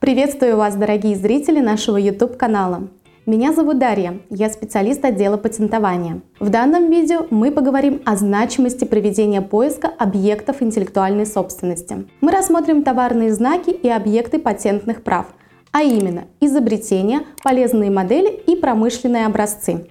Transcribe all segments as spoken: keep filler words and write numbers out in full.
Приветствую вас, дорогие зрители нашего YouTube-канала. Меня зовут Дарья, я специалист отдела патентования. В данном видео мы поговорим о значимости проведения поиска объектов интеллектуальной собственности. Мы рассмотрим товарные знаки и объекты патентных прав, а именно изобретения, полезные модели и промышленные образцы.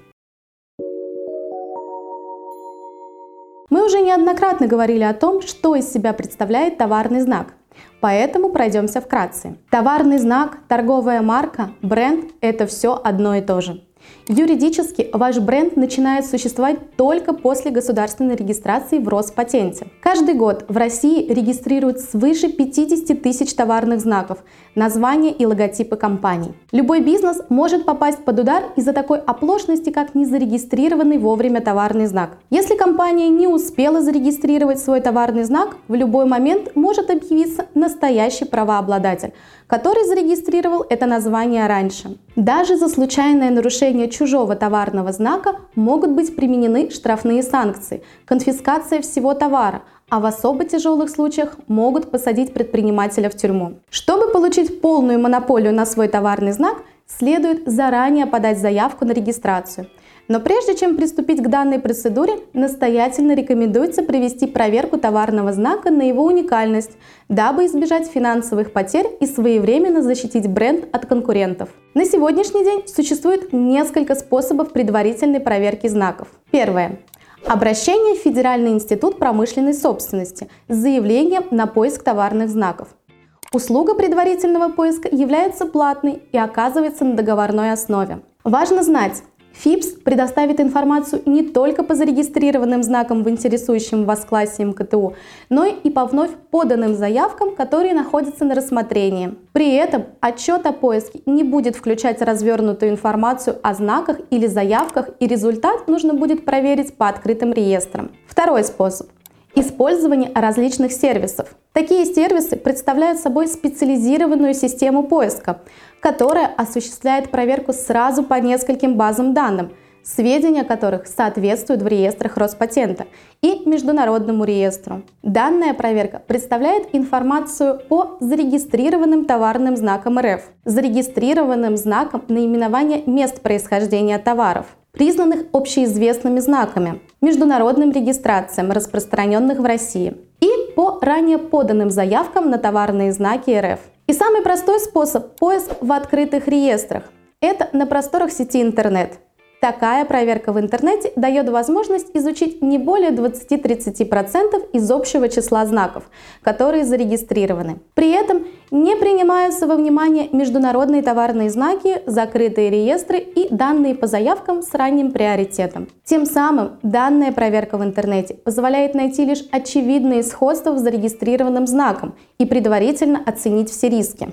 Мы уже неоднократно говорили о том, что из себя представляет товарный знак. Поэтому пройдемся вкратце. Товарный знак, торговая марка, бренд – это все одно и то же. Юридически ваш бренд начинает существовать только после государственной регистрации в Роспатенте. Каждый год в России регистрируют свыше пятидесяти тысяч товарных знаков, названия и логотипы компаний. Любой бизнес может попасть под удар из-за такой оплошности, как незарегистрированный вовремя товарный знак. Если компания не успела зарегистрировать свой товарный знак, в любой момент может объявиться настоящий правообладатель, который зарегистрировал это название раньше. Даже за случайное нарушение чужого товарного знака могут быть применены штрафные санкции, конфискация всего товара, а в особо тяжелых случаях могут посадить предпринимателя в тюрьму. Чтобы получить полную монополию на свой товарный знак, следует заранее подать заявку на регистрацию. Но прежде чем приступить к данной процедуре, настоятельно рекомендуется провести проверку товарного знака на его уникальность, дабы избежать финансовых потерь и своевременно защитить бренд от конкурентов. На сегодняшний день существует несколько способов предварительной проверки знаков. Первое. Обращение в Федеральный институт промышленной собственности с заявлением на поиск товарных знаков. Услуга предварительного поиска является платной и оказывается на договорной основе. Важно знать, ФИПС предоставит информацию не только по зарегистрированным знакам в интересующем вас классе эм ка тэ у, но и по вновь поданным заявкам, которые находятся на рассмотрении. При этом отчет о поиске не будет включать развернутую информацию о знаках или заявках, и результат нужно будет проверить по открытым реестрам. Второй способ. Использование различных сервисов. Такие сервисы представляют собой специализированную систему поиска, которая осуществляет проверку сразу по нескольким базам данных, сведения которых соответствуют в реестрах Роспатента и Международному реестру. Данная проверка представляет информацию по зарегистрированным товарным знакам эр эф, зарегистрированным знакам наименования мест происхождения товаров, признанных общеизвестными знаками, международным регистрациям, распространенных в России, и по ранее поданным заявкам на товарные знаки эр эф. И самый простой способ – поиск в открытых реестрах. Это на просторах сети интернет. Такая проверка в интернете дает возможность изучить не более двадцати-тридцати процентов из общего числа знаков, которые зарегистрированы. При этом не принимаются во внимание международные товарные знаки, закрытые реестры и данные по заявкам с ранним приоритетом. Тем самым данная проверка в интернете позволяет найти лишь очевидные сходства в зарегистрированном знаком и предварительно оценить все риски.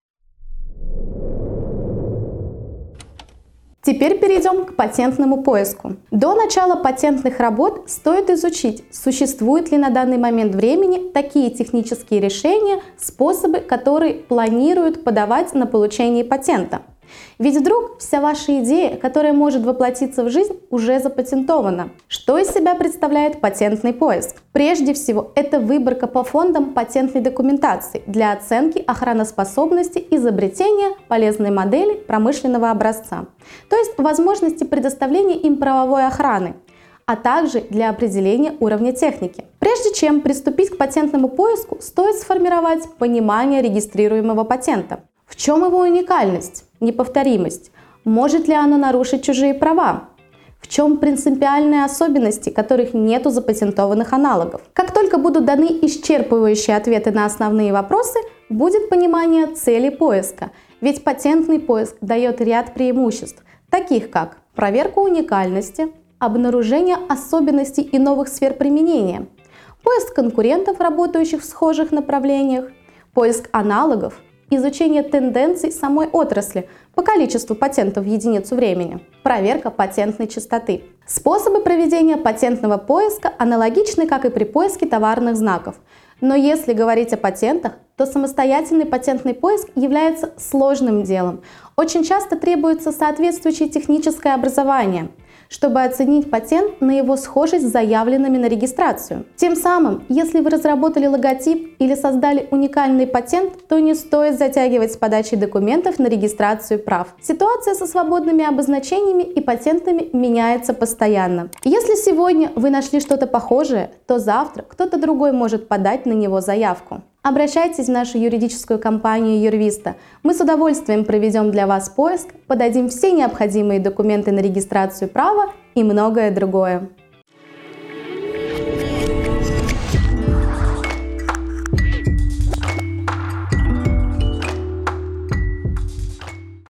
Теперь перейдем к патентному поиску. До начала патентных работ стоит изучить, существуют ли на данный момент времени такие технические решения, способы, которые планируют подавать на получение патента. Ведь вдруг вся ваша идея, которая может воплотиться в жизнь, уже запатентована. Что из себя представляет патентный поиск? Прежде всего, это выборка по фондам патентной документации для оценки охраноспособности изобретения, полезной модели, промышленного образца, то есть возможности предоставления им правовой охраны, а также для определения уровня техники. Прежде чем приступить к патентному поиску, стоит сформировать понимание регистрируемого патента. В чем его уникальность, неповторимость? Может ли оно нарушить чужие права? В чем принципиальные особенности, которых нет у запатентованных аналогов? Как только будут даны исчерпывающие ответы на основные вопросы, будет понимание цели поиска. Ведь патентный поиск дает ряд преимуществ, таких как проверка уникальности, обнаружение особенностей и новых сфер применения, поиск конкурентов, работающих в схожих направлениях, поиск аналогов, изучение тенденций самой отрасли по количеству патентов в единицу времени, проверка патентной частоты. Способы проведения патентного поиска аналогичны, как и при поиске товарных знаков. Но если говорить о патентах, то самостоятельный патентный поиск является сложным делом. Очень часто требуется соответствующее техническое образование. чтобы оценить патент на его схожесть с заявленными на регистрацию. Тем самым, если вы разработали логотип или создали уникальный патент, то не стоит затягивать с подачей документов на регистрацию прав. Ситуация со свободными обозначениями и патентами меняется постоянно. Если сегодня вы нашли что-то похожее, то завтра кто-то другой может подать на него заявку. Обращайтесь в нашу юридическую компанию Юрвиста. Мы с удовольствием проведем для вас поиск, подадим все необходимые документы на регистрацию права и многое другое.